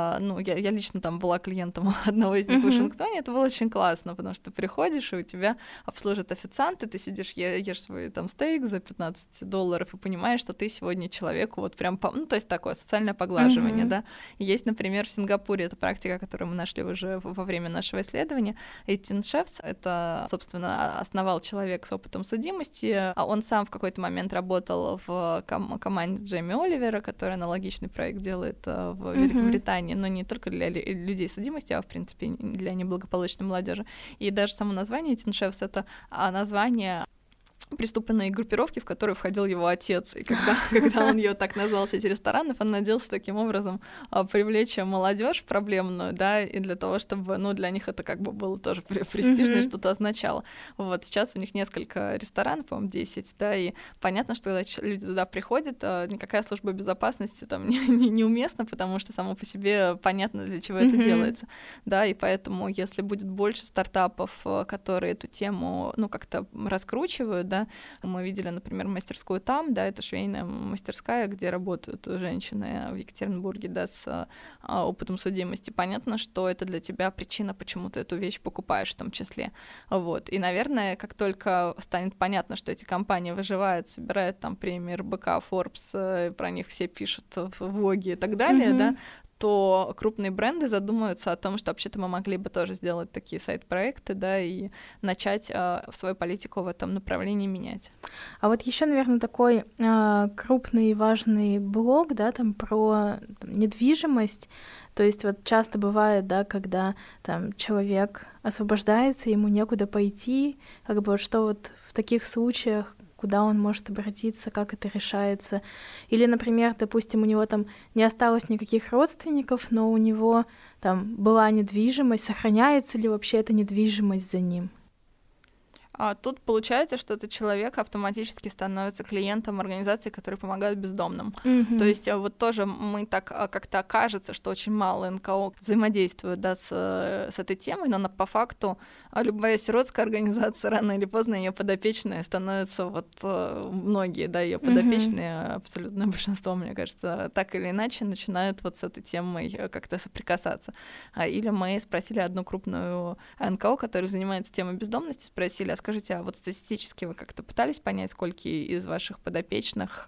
я лично там была клиентом одного из них в Вашингтоне, это было очень классно, потому что ты приходишь, и у тебя обслужат официанты, ты сидишь, ешь свой там стейк за $15 и понимаешь, что ты сегодня человеку вот прям, то есть такое социальное поглаживание, да. И есть, например, в Сингапуре, это практика, которую мы нашли уже во время нашего исследования, 18 Chefs, это, собственно, основал человек с опытом судимости, он сам в какой-то момент работал в команде Джейми Оливера, который аналогичный проект делает в Великобритании, но не только для людей с судимостью, а, в принципе, для неблагополучной молодежи. И даже само название Teen Chefs — это название преступной группировки, в которую входил его отец. И когда он ее так назвал, сеть ресторанов, он надеялся таким образом привлечь молодежь проблемную, да, и для того, чтобы, для них это как бы было тоже престижно, и что-то означало. Вот сейчас у них несколько ресторанов, по-моему, 10, да, и понятно, что когда люди туда приходят, никакая служба безопасности там неуместна, потому что само по себе понятно, для чего это делается, да, и поэтому, если будет больше стартапов, которые эту тему, как-то раскручивают, да, мы видели, например, мастерскую там, да, это швейная мастерская, где работают женщины в Екатеринбурге, да, с опытом судимости. Понятно, что это для тебя причина, почему ты эту вещь покупаешь в том числе. Вот. И, наверное, как только станет понятно, что эти компании выживают, собирают там премии РБК, Forbes, про них все пишут в влоге и так далее, да, то крупные бренды задумаются о том, что вообще-то мы могли бы тоже сделать такие сайт-проекты, да, и начать свою политику в этом направлении менять.
А вот еще, наверное, такой крупный и важный блок, да, там про недвижимость. То есть вот часто бывает, да, когда там человек освобождается, ему некуда пойти, как бы что вот в таких случаях, куда он может обратиться, как это решается. Или, например, допустим, у него там не осталось никаких родственников, но у него там была недвижимость, сохраняется ли вообще эта недвижимость за ним?
А тут получается, что этот человек автоматически становится клиентом организаций, которые помогают бездомным. То есть вот тоже мы так как-то кажется, что очень мало НКО взаимодействуют, да, с этой темой, но по факту любая сиротская организация рано или поздно ее подопечные становятся многие, да, ее подопечные, абсолютное большинство, мне кажется, так или иначе начинают вот с этой темой как-то соприкасаться. Или мы спросили одну крупную НКО, которая занимается темой бездомности, спросили: а скажите, а вот статистически вы как-то пытались понять, сколько из ваших подопечных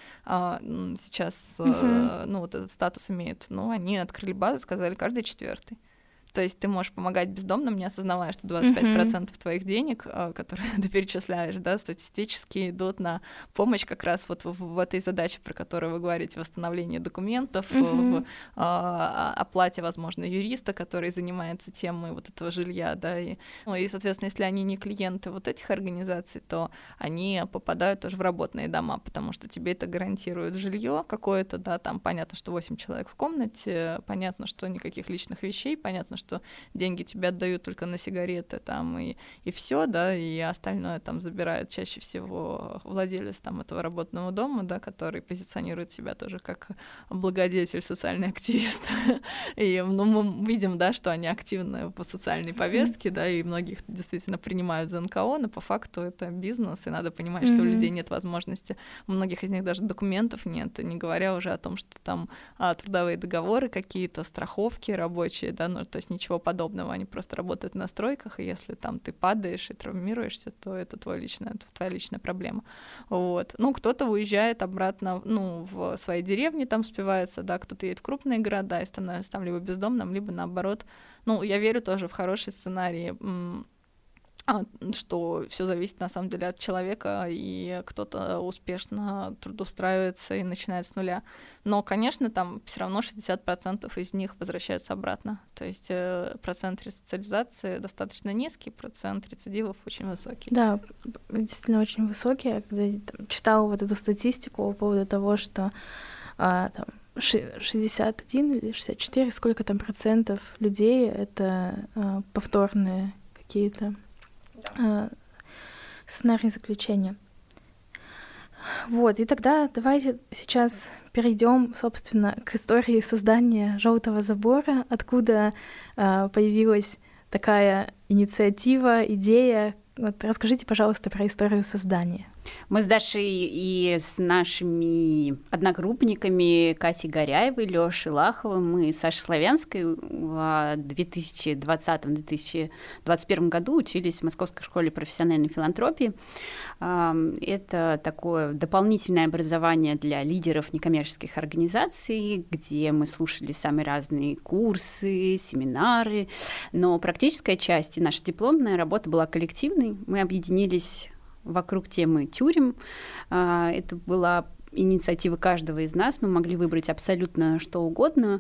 сейчас вот этот статус имеют? Они открыли базу, сказали, каждый 4-й. То есть ты можешь помогать бездомным, не осознавая, что 25% твоих денег, которые ты перечисляешь, да, статистически идут на помощь как раз вот в этой задаче, про которую вы говорите, восстановление документов, в оплате, возможно, юриста, который занимается темой вот этого жилья, да, и, соответственно, если они не клиенты вот этих организаций, то они попадают тоже в работные дома, потому что тебе это гарантирует жилье какое-то, да, там понятно, что 8 человек в комнате, понятно, что никаких личных вещей, понятно, что деньги тебе отдают только на сигареты там и все, да, и остальное там забирает чаще всего владелец там этого работного дома, да, который позиционирует себя тоже как благодетель, социальный активист. И мы видим, да, что они активны по социальной повестке, да, и многих действительно принимают за НКО, но по факту это бизнес, и надо понимать, что у людей нет возможности, у многих из них даже документов нет, не говоря уже о том, что там трудовые договоры какие-то, страховки рабочие, да, то есть ничего подобного, они просто работают на стройках, и если там ты падаешь и травмируешься, то это твоя личная проблема. Вот. Кто-то уезжает обратно, в свои деревни, там спивается, да, кто-то едет в крупные города и становится там либо бездомным, либо наоборот. Я верю тоже в хороший сценарий что все зависит на самом деле от человека, и кто-то успешно трудоустраивается и начинает с нуля. Но, конечно, там все равно 60% из них возвращаются обратно. То есть процент ресоциализации достаточно низкий, процент рецидивов очень высокий.
Да, действительно очень высокий. Я когда читала вот эту статистику по поводу того, что там 61 или 64, сколько там процентов людей — это повторные какие-то сценарии заключения. Вот, и тогда давайте сейчас перейдем, собственно, к истории создания «Желтого забора», откуда появилась такая инициатива, идея. Вот расскажите, пожалуйста, про историю создания.
Мы с Дашей и с нашими одногруппниками Катей Горяевой, Лёшей Лаховым, мы с Сашей Славянской в 2020-2021 году учились в Московской школе профессиональной филантропии. Это такое дополнительное образование для лидеров некоммерческих организаций, где мы слушали самые разные курсы, семинары, но практическая часть и наша дипломная работа была коллективной. Мы объединились вокруг темы тюрем. Это была инициатива каждого из нас. Мы могли выбрать абсолютно что угодно.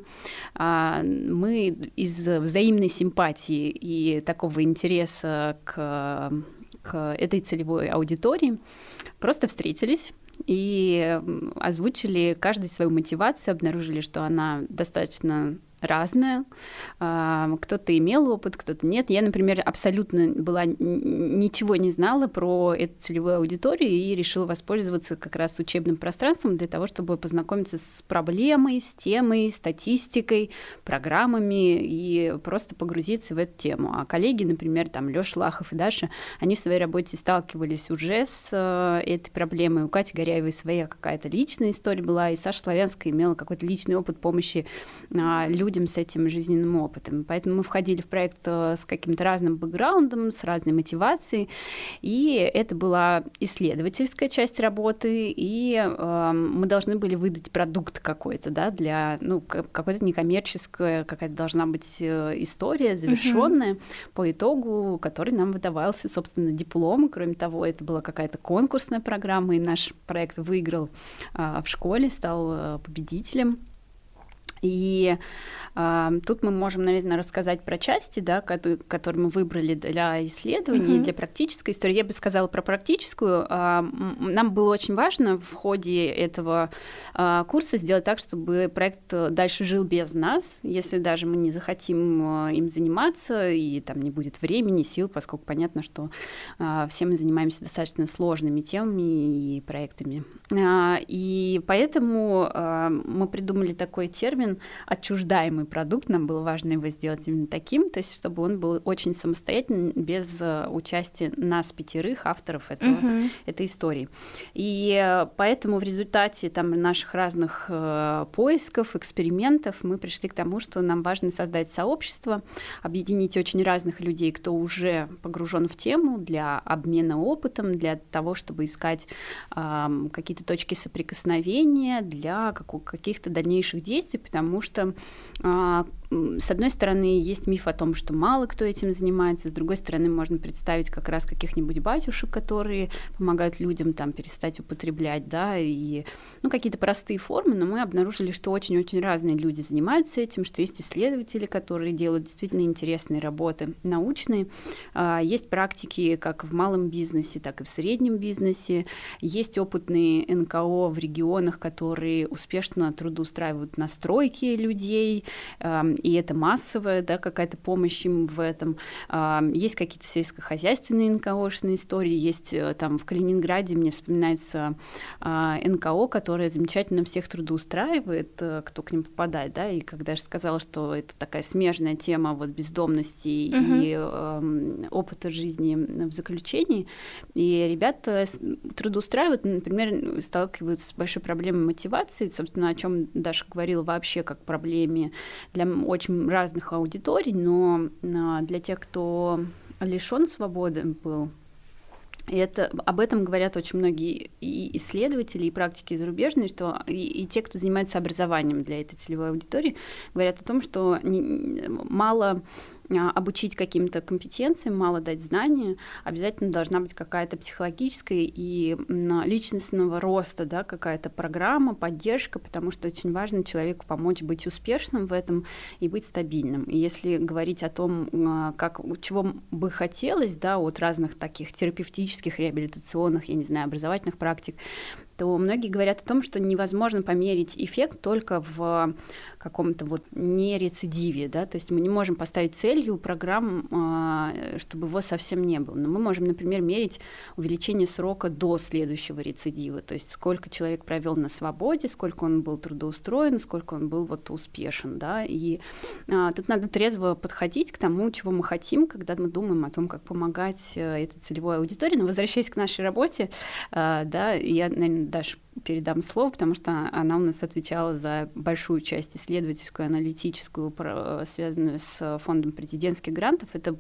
Мы из взаимной симпатии и такого интереса к этой целевой аудитории просто встретились и озвучили каждый свою мотивацию, обнаружили, что она достаточно разная. Кто-то имел опыт, кто-то нет. Я, например, абсолютно ничего не знала про эту целевую аудиторию и решила воспользоваться как раз учебным пространством для того, чтобы познакомиться с проблемой, с темой, статистикой, программами и просто погрузиться в эту тему. А коллеги, например, там Лёша Лахов и Даша, они в своей работе сталкивались уже с этой проблемой. У Кати Горяевой своя какая-то личная история была, и Саша Славянская имела какой-то личный опыт помощи людям с этим жизненным опытом. Поэтому мы входили в проект с каким-то разным бэкграундом, с разной мотивацией, и это была исследовательская часть работы, и мы должны были выдать продукт какой-то, да, для, какой-то некоммерческая, какая-то должна быть история завершенная по итогу, который нам выдавался, собственно, диплом. Кроме того, это была какая-то конкурсная программа, и наш проект выиграл в школе, стал победителем. И тут мы можем, наверное, рассказать про части, да, которые мы выбрали для исследований, для практической истории. Я бы сказала про практическую. Нам было очень важно в ходе этого курса сделать так, чтобы проект дальше жил без нас, если даже мы не захотим им заниматься, и там не будет времени, сил, поскольку понятно, что все мы занимаемся достаточно сложными темами и проектами. И поэтому мы придумали такой термин «отчуждаемый продукт». Нам было важно его сделать именно таким, то есть чтобы он был очень самостоятельным, без участия нас, 5 авторов этой истории. И поэтому в результате наших разных поисков, экспериментов мы пришли к тому, что нам важно создать сообщество, объединить очень разных людей, кто уже погружен в тему, для обмена опытом, для того, чтобы искать какие-то точки соприкосновения, для каких-то дальнейших действий, потому что с одной стороны, есть миф о том, что мало кто этим занимается, с другой стороны, можно представить как раз каких-нибудь батюшек, которые помогают людям перестать употреблять, да, и какие-то простые формы, но мы обнаружили, что очень-очень разные люди занимаются этим, что есть исследователи, которые делают действительно интересные работы, научные, есть практики как в малом бизнесе, так и в среднем бизнесе, есть опытные НКО в регионах, которые успешно трудоустраивают на стройке людей, и это массовая, да, какая-то помощь им в этом. Есть какие-то сельскохозяйственные НКОшные истории, есть там в Калининграде, мне вспоминается НКО, которое замечательно всех трудоустраивает, кто к ним попадает, да, и когда я же сказала, что это такая смежная тема бездомности и опыта жизни в заключении, и ребята трудоустраивают, например, сталкиваются с большой проблемой мотивации, собственно, о чем Даша говорила вообще как проблеме для очень разных аудиторий, но для тех, кто лишён свободы был, и об этом говорят очень многие и исследователи, и практики зарубежные, что и те, кто занимается образованием для этой целевой аудитории, говорят о том, что мало обучить каким-то компетенциям, мало дать знания, обязательно должна быть какая-то психологическая и личностного роста, да, какая-то программа, поддержка, потому что очень важно человеку помочь быть успешным в этом и быть стабильным. И если говорить о том, чего бы хотелось, да, от разных таких терапевтических, реабилитационных, я не знаю, образовательных практик, то многие говорят о том, что невозможно померить эффект только в каком-то вот нерецидиве, да, то есть мы не можем поставить целью программ, чтобы его совсем не было, но мы можем, например, мерить увеличение срока до следующего рецидива, то есть сколько человек провел на свободе, сколько он был трудоустроен, сколько он был вот успешен, да, и тут надо трезво подходить к тому, чего мы хотим, когда мы думаем о том, как помогать этой целевой аудитории. Но возвращаясь к нашей работе, да, я, наверное, Даш, передам слово, потому что она у нас отвечала за большую часть исследовательскую, аналитическую, связанную с фондом президентских грантов. Там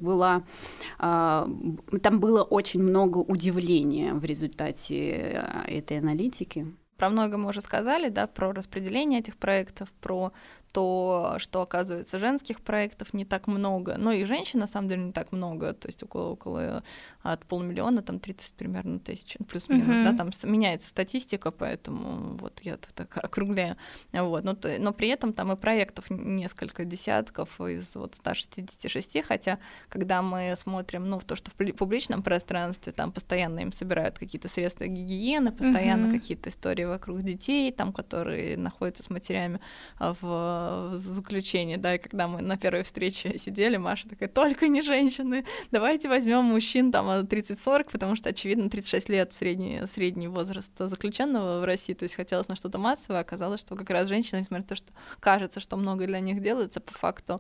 было очень много удивления в результате этой аналитики.
Про много мы уже сказали, да, про распределение этих проектов, про то, что, оказывается, женских проектов не так много, но и женщин, на самом деле, не так много, то есть около от 500 000, там 30 примерно тысяч, плюс-минус, да, там меняется статистика, поэтому вот я так округляю, вот, но при этом там и проектов несколько десятков из вот 166, хотя, когда мы смотрим, в то, что в публичном пространстве, там постоянно им собирают какие-то средства гигиены, постоянно какие-то истории вокруг детей, там, которые находятся с матерями в заключение, да, и когда мы на первой встрече сидели, Маша такая: только не женщины, давайте возьмем мужчин там 30-40, потому что, очевидно, 36 лет средний возраст заключенного в России, то есть хотелось на что-то массовое, оказалось, что как раз женщины, несмотря на то, что кажется, что много для них делается, по факту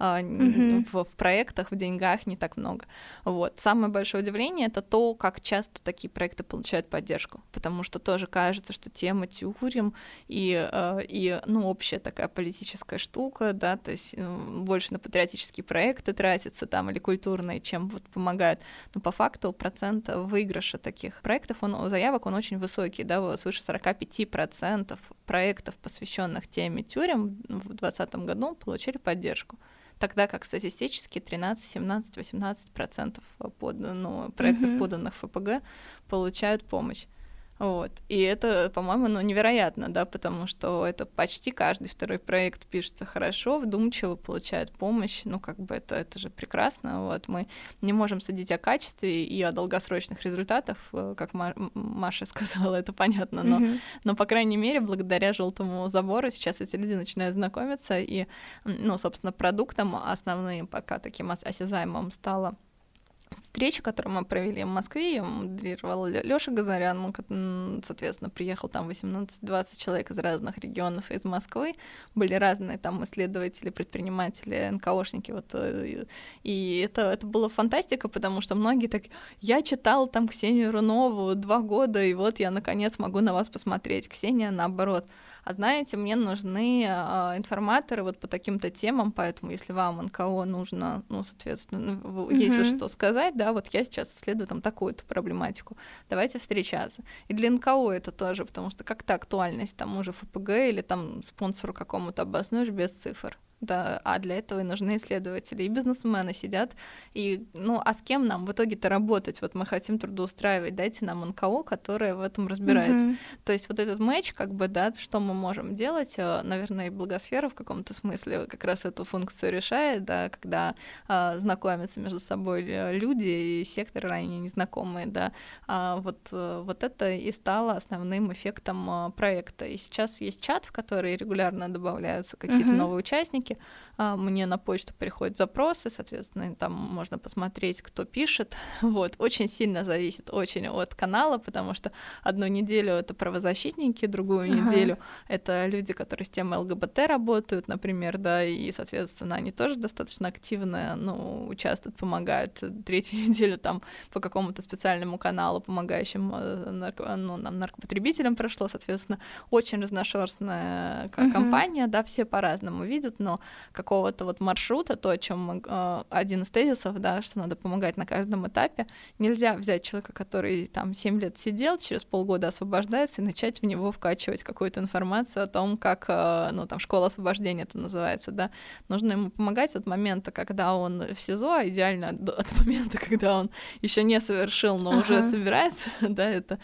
в проектах, в деньгах не так много. Вот. Самое большое удивление — это то, как часто такие проекты получают поддержку, потому что тоже кажется, что тема тюрем и общая такая политическая штука, да, то есть больше на патриотические проекты тратится там или культурные, чем вот помогают. Но по факту процент выигрыша таких проектов, заявок, он очень высокий, да, свыше 45% проектов, посвященных теме тюрем в 2020 году, получили поддержку. Тогда как статистически 13, 17, 18% проектов, поданных в ФПГ, получают помощь. Вот. И это, по-моему, невероятно, да, потому что это почти каждый второй проект пишется хорошо, вдумчиво, получает помощь, это же прекрасно, вот. Мы не можем судить о качестве и о долгосрочных результатах, как Маша сказала, это понятно, но, по крайней мере, благодаря желтому забору сейчас эти люди начинают знакомиться, и, собственно, продуктом основным, пока таким осязаемым стало встреча, которую мы провели в Москве, ее модерировал Лёша Газарян, соответственно, приехал там 18-20 человек из разных регионов из Москвы, были разные там исследователи, предприниматели, НКОшники, и это была фантастика, потому что многие так: я читал там Ксению Рунову 2 года, и вот я наконец могу на вас посмотреть. Ксения, наоборот: а знаете, мне нужны информаторы вот по таким-то темам, поэтому если вам НКО нужно, соответственно, есть вот что сказать, да, вот я сейчас исследую там такую-то проблематику, давайте встречаться. И для НКО это тоже, потому что как-то актуальность тому же ФПГ или там спонсору какому-то обоснуешь без цифр. Да, а для этого и нужны исследователи, и бизнесмены сидят, и, а с кем нам в итоге-то работать? Вот мы хотим трудоустраивать, дайте нам НКО, которое в этом разбирается. То есть вот этот матч, да, что мы можем делать, наверное, и Благосфера в каком-то смысле как раз эту функцию решает, да, когда знакомятся между собой люди и секторы ранее незнакомые, да, вот это и стало основным эффектом проекта. И сейчас есть чат, в который регулярно добавляются какие-то новые участники. Мне на почту приходят запросы, соответственно, там можно посмотреть, кто пишет. Вот. Очень сильно зависит от канала, потому что одну неделю это правозащитники, другую неделю это люди, которые с темой ЛГБТ работают, например, да, и, соответственно, они тоже достаточно активно, участвуют, помогают. Третью неделю там по какому-то специальному каналу, помогающему наркопотребителям прошло, соответственно, очень разношерстная компания, да, все по-разному видят, но какого-то вот маршрута, то, о чем один из тезисов, да, что надо помогать на каждом этапе. Нельзя взять человека, который там 7 лет сидел, через полгода освобождается, и начать в него вкачивать какую-то информацию о том, как, ну, там, школа освобождения это называется, да. Нужно ему помогать от момента, когда он в СИЗО, а идеально от момента, когда он еще не совершил, но уже собирается, да, это,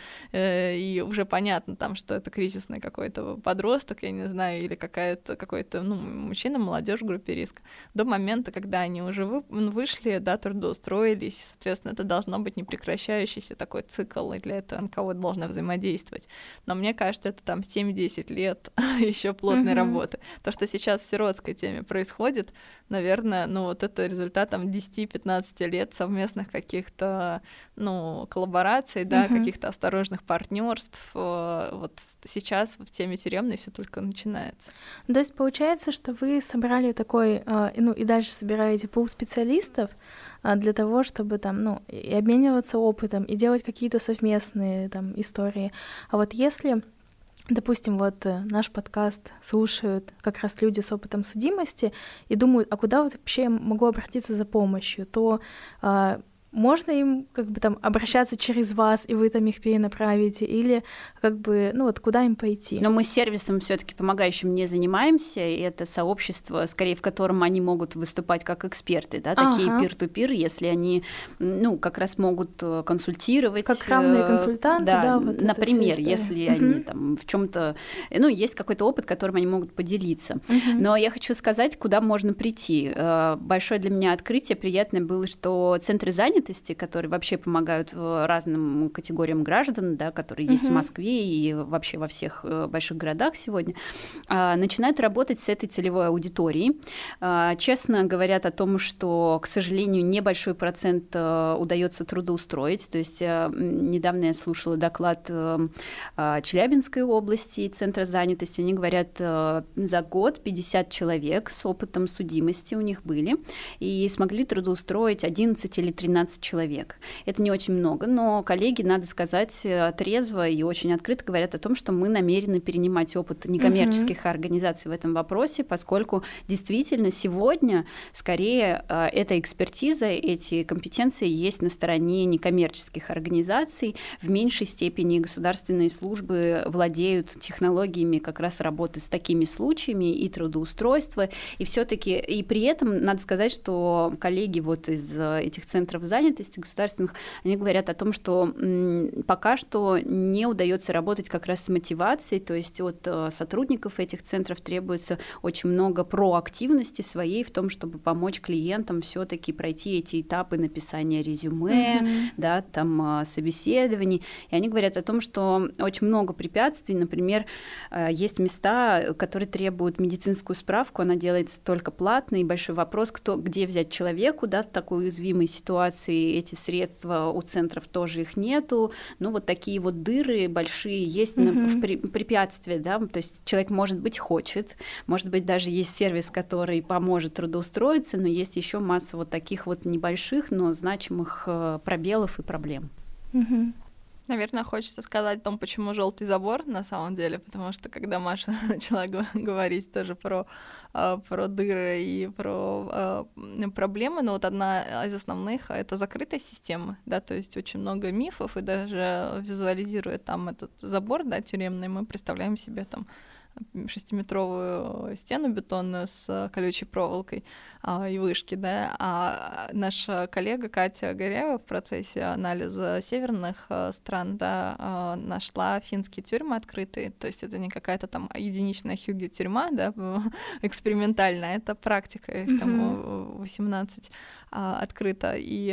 и уже понятно там, что это кризисный какой-то подросток, я не знаю, или какой-то, ну, мужчина, молодежь в группе риска, до момента, когда они уже вышли, да, трудоустроились, соответственно, это должно быть непрекращающийся такой цикл, и для этого НКО должно взаимодействовать. Но мне кажется, это там 7-10 лет еще плотной работы. То, что сейчас в сиротской теме происходит, наверное, ну, вот это результат там 10-15 лет совместных каких-то, ну, коллабораций, да, каких-то осторожных партнерств. Вот сейчас в теме тюремной все только начинается.
То есть получается, что вы собрали такой, ну и дальше собираете пул специалистов для того, чтобы там, ну, и обмениваться опытом, и делать какие-то совместные там истории. А вот если, допустим, вот наш подкаст слушают как раз люди с опытом судимости и думают, а куда вот вообще я могу обратиться за помощью, то можно им как бы там обращаться через вас, и вы там их перенаправите, или как бы, ну вот куда им пойти?
Но мы сервисом все-таки помогающим не занимаемся, и это сообщество, скорее, в котором они могут выступать как эксперты, да, такие peer-to-peer, если они, ну, как раз могут консультировать.
Как равные консультанты, да, вот
например, если они там в чем-то, ну, есть какой-то опыт, которым они могут поделиться. Но я хочу сказать, куда можно прийти. Большое для меня открытие приятное было, что центры занятости, которые вообще помогают разным категориям граждан, да, которые есть в Москве и вообще во всех больших городах сегодня, начинают работать с этой целевой аудиторией. Честно говорят о том, что, к сожалению, небольшой процент удается трудоустроить. То есть недавно я слушала доклад Челябинской области, Центра занятости. Они говорят, за год 50 человек с опытом судимости у них были и смогли трудоустроить 11 или 13 человек. Это не очень много, но коллеги, надо сказать, трезво и очень открыто говорят о том, что мы намерены перенимать опыт некоммерческих организаций в этом вопросе, поскольку действительно сегодня скорее эта экспертиза, эти компетенции есть на стороне некоммерческих организаций. В меньшей степени государственные службы владеют технологиями как раз работы с такими случаями и трудоустройства, и все-таки, и при этом надо сказать, что коллеги вот из этих центров занятости государственных, они говорят о том, что пока что не удается работать как раз с мотивацией, то есть от сотрудников этих центров требуется очень много проактивности своей в том, чтобы помочь клиентам все-таки пройти эти этапы написания резюме, да, там собеседований. И они говорят о том, что очень много препятствий, например, есть места, которые требуют медицинскую справку, она делается только платно, и большой вопрос, где взять человеку, да, в такой уязвимой ситуации, эти средства у центров тоже их нету, ну вот такие вот дыры большие есть в препятствия, да, то есть человек, может быть, хочет, может быть, даже есть сервис, который поможет трудоустроиться, но есть еще масса вот таких вот небольших, но значимых пробелов и проблем.
Наверное, хочется сказать о том, почему желтый забор на самом деле, потому что когда Маша начала говорить тоже про дыры и про проблемы, но вот одна из основных — это закрытая система, да, то есть очень много мифов, и даже визуализируя там этот забор, да, тюремный, мы представляем себе там 6-метровую стену бетонную с колючей проволокой и вышки, да, а наша коллега Катя Горяева в процессе анализа северных стран, да, нашла финские тюрьмы открытые, то есть это не какая-то там единичная хюгге-тюрьма, да, экспериментальная, это практика, их там 18 открыто, и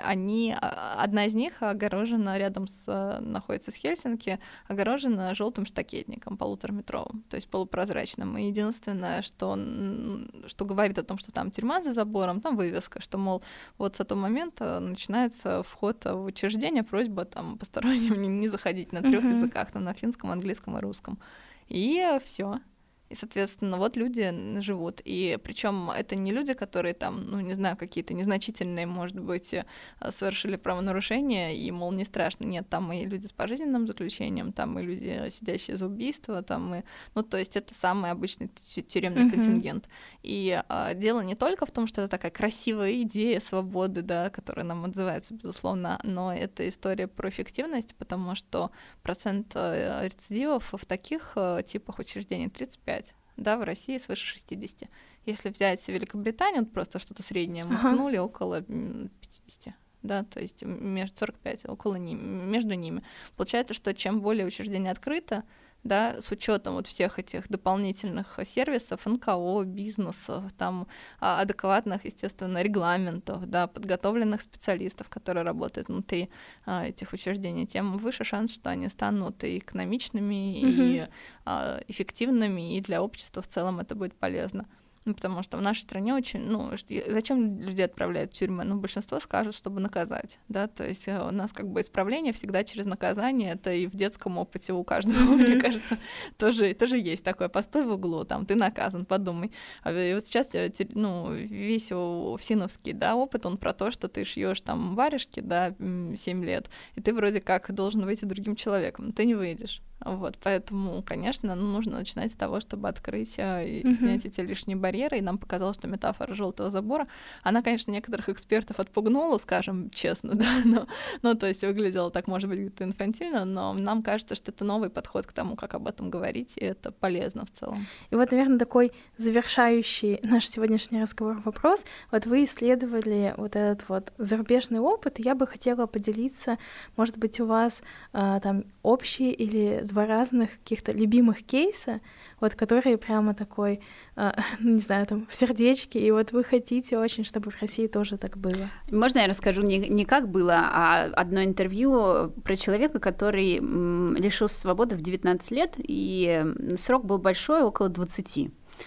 одна из них огорожена находится с Хельсинки, огорожена желтым штакетником 1,5-метровым, то есть полупрозрачным. И единственное, что говорит о том, что там тюрьма за забором, там вывеска, что, мол, вот с этого момента начинается вход в учреждение, просьба там посторонним не заходить на 3 языках, там, на финском, английском и русском. И все. И, соответственно, вот люди живут. И причем это не люди, которые там, ну, не знаю, какие-то незначительные, может быть, совершили правонарушения, и, мол, не страшно. Нет, там и люди с пожизненным заключением, там и люди, сидящие за убийство, там и... Ну, то есть это самый обычный тюремный контингент. И дело не только в том, что это такая красивая идея свободы, да, которая нам отзывается, безусловно, но это история про эффективность, потому что процент рецидивов в таких типах учреждений 35%. Да, в России свыше 60. Если взять Великобританию, вот просто что-то среднее, мы ткнули около 50. Да, то есть между 45, около между ними. Получается, что чем более учреждение открыто, да, с учетом вот всех этих дополнительных сервисов, НКО, бизнесов, там, адекватных, естественно, регламентов, да, подготовленных специалистов, которые работают внутри этих учреждений, тем выше шанс, что они станут и экономичными, и эффективными, и для общества в целом это будет полезно. Ну, потому что в нашей стране очень... Ну, зачем людей отправляют в тюрьмы? Ну, большинство скажут, чтобы наказать, да, то есть у нас как бы исправление всегда через наказание, это и в детском опыте у каждого, мне кажется, тоже есть такое, постой в углу, там, ты наказан, подумай. И вот сейчас, ну, весь ФСИНовский, да, опыт, он про то, что ты шьешь там варежки, да, 7 лет, и ты вроде как должен выйти другим человеком, но ты не выйдешь. Вот, поэтому, конечно, нужно начинать с того, чтобы открыть и снять эти лишние барьеры. И нам показалось, что метафора желтого забора, она, конечно, некоторых экспертов отпугнула, скажем честно, да, но то есть выглядела так, может быть, где-то инфантильно, но нам кажется, что это новый подход к тому, как об этом говорить, и это полезно в целом.
И вот, наверное, такой завершающий наш сегодняшний разговор вопрос. Вот вы исследовали вот этот вот зарубежный опыт, и я бы хотела поделиться, может быть, у вас там общие или два разных каких-то любимых кейса, вот которые прямо такой, не знаю, там в сердечке, и вот вы хотите очень, чтобы в России тоже так было.
Можно я расскажу не как было, а одно интервью про человека, который лишился свободы в 19 лет, и срок был большой, около 20.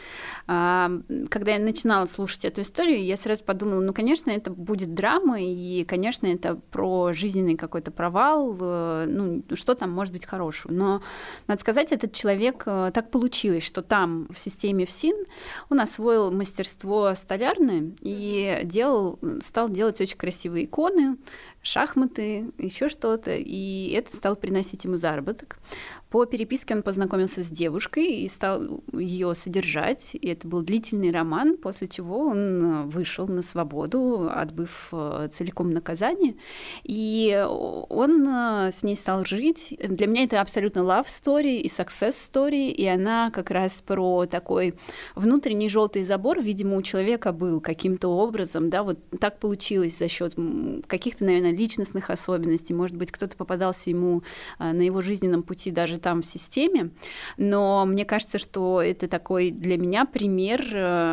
Когда я начинала слушать эту историю, я сразу подумала, ну, конечно, это будет драма, и, конечно, это про жизненный какой-то провал, ну, что там может быть хорошего. Но, надо сказать, этот человек, так получилось, что там, в системе ФСИН, он освоил мастерство столярное и стал делать очень красивые иконы, шахматы, еще что-то, и это стало приносить ему заработок. По переписке он познакомился с девушкой и стал ее содержать, и это был длительный роман, после чего он вышел на свободу, отбыв целиком наказание, и он с ней стал жить. Для меня это абсолютно love story и success story, и она как раз про такой внутренний желтый забор, видимо, у человека был каким-то образом, да, вот так получилось за счет каких-то, наверное, личностных особенностей, может быть, кто-то попадался ему на его жизненном пути даже там в системе, но мне кажется, что это такой для меня пример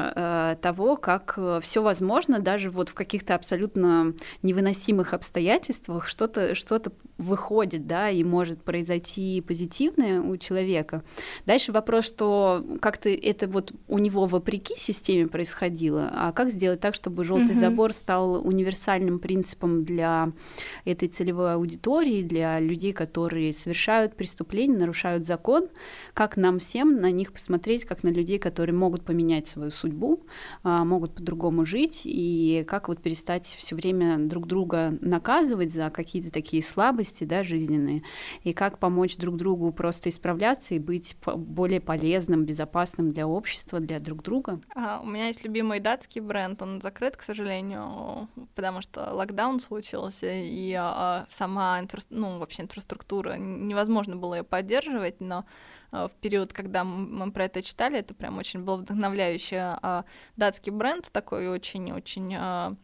того, как все возможно, даже вот в каких-то абсолютно невыносимых обстоятельствах что-то выходит, да, и может произойти позитивное у человека. Дальше вопрос, что как-то это вот у него вопреки системе происходило, а как сделать так, чтобы желтый забор стал универсальным принципом для этой целевой аудитории, для людей, которые совершают преступления, нарушают закон, как нам всем на них посмотреть, как на людей, которые могут поменять свою судьбу, могут по-другому жить, и как вот перестать все время друг друга наказывать за какие-то такие слабости, да, жизненные, и как помочь друг другу просто исправляться и быть более полезным, безопасным для общества, для друг друга.
У меня есть любимый датский бренд, он закрыт, к сожалению, потому что локдаун случился, и сама вообще инфраструктура, невозможно было ее поддерживать, но в период, когда мы про это читали, это прям очень было вдохновляюще. Датский бренд такой очень-очень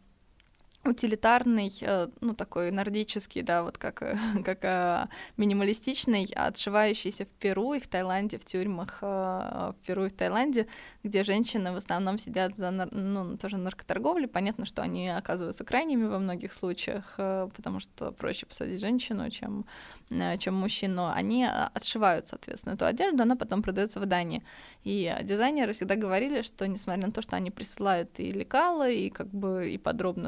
утилитарный, ну, такой нордический, да, вот как минималистичный, отшивающийся в Перу и в Таиланде, в тюрьмах в Перу и в Таиланде, где женщины в основном сидят за, тоже наркоторговлей. Понятно, что они оказываются крайними во многих случаях, потому что проще посадить женщину, чем мужчину. Они отшивают, соответственно, эту одежду, она потом продается в Дании. И дизайнеры всегда говорили, что несмотря на то, что они присылают и лекала, и как бы и подробно там дизайн,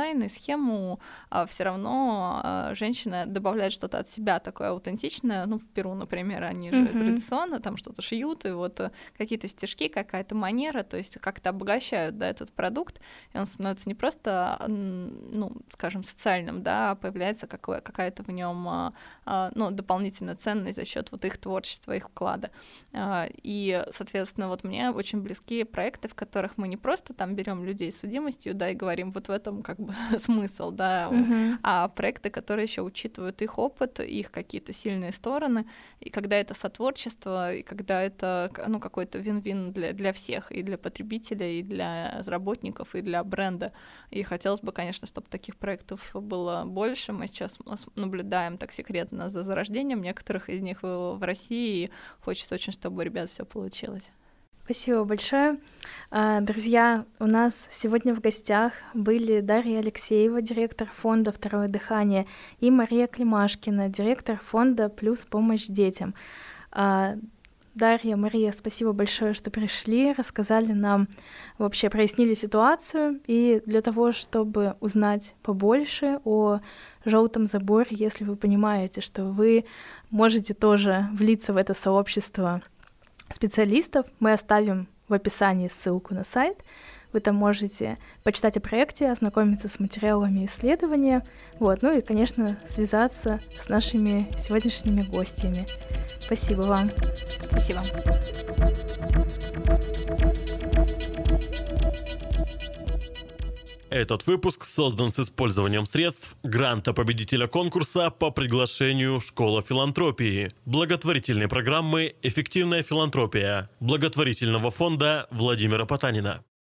дизайн и схему, все равно женщина добавляет что-то от себя такое аутентичное. Ну, в Перу, например, они же традиционно там что-то шьют, и вот какие-то стежки, какая-то манера, то есть как-то обогащают, да, этот продукт, и он становится не просто, ну, скажем, социальным, да, а появляется какая-то в нем дополнительная ценность за счет вот их творчества, их вклада. И, соответственно, вот мне очень близки проекты, в которых мы не просто там берем людей с судимостью, да, и говорим, вот в этом как бы смысл, да, а проекты, которые еще учитывают их опыт, их какие-то сильные стороны, и когда это сотворчество, и когда это, ну, какой-то вин-вин для всех, и для потребителя, и для разработников, и для бренда. И хотелось бы, конечно, чтобы таких проектов было больше. Мы сейчас наблюдаем так секретно за зарождением некоторых из них в России, и хочется очень, чтобы у ребят все получилось.
Спасибо большое. Друзья, у нас сегодня в гостях были Дарья Алексеева, директор фонда «Второе дыхание», и Мария Климашкина, директор фонда «Плюс помощь детям». Дарья, Мария, спасибо большое, что пришли, рассказали нам, вообще прояснили ситуацию. И для того, чтобы узнать побольше о желтом заборе, если вы понимаете, что вы можете тоже влиться в это сообщество специалистов, мы оставим в описании ссылку на сайт. Вы там можете почитать о проекте, ознакомиться с материалами исследования, ну и, конечно, связаться с нашими сегодняшними гостями. Спасибо вам.
Спасибо.
Этот выпуск создан с использованием средств гранта победителя конкурса по приглашению «Школа филантропии», благотворительной программы «Эффективная филантропия», благотворительного фонда Владимира Потанина.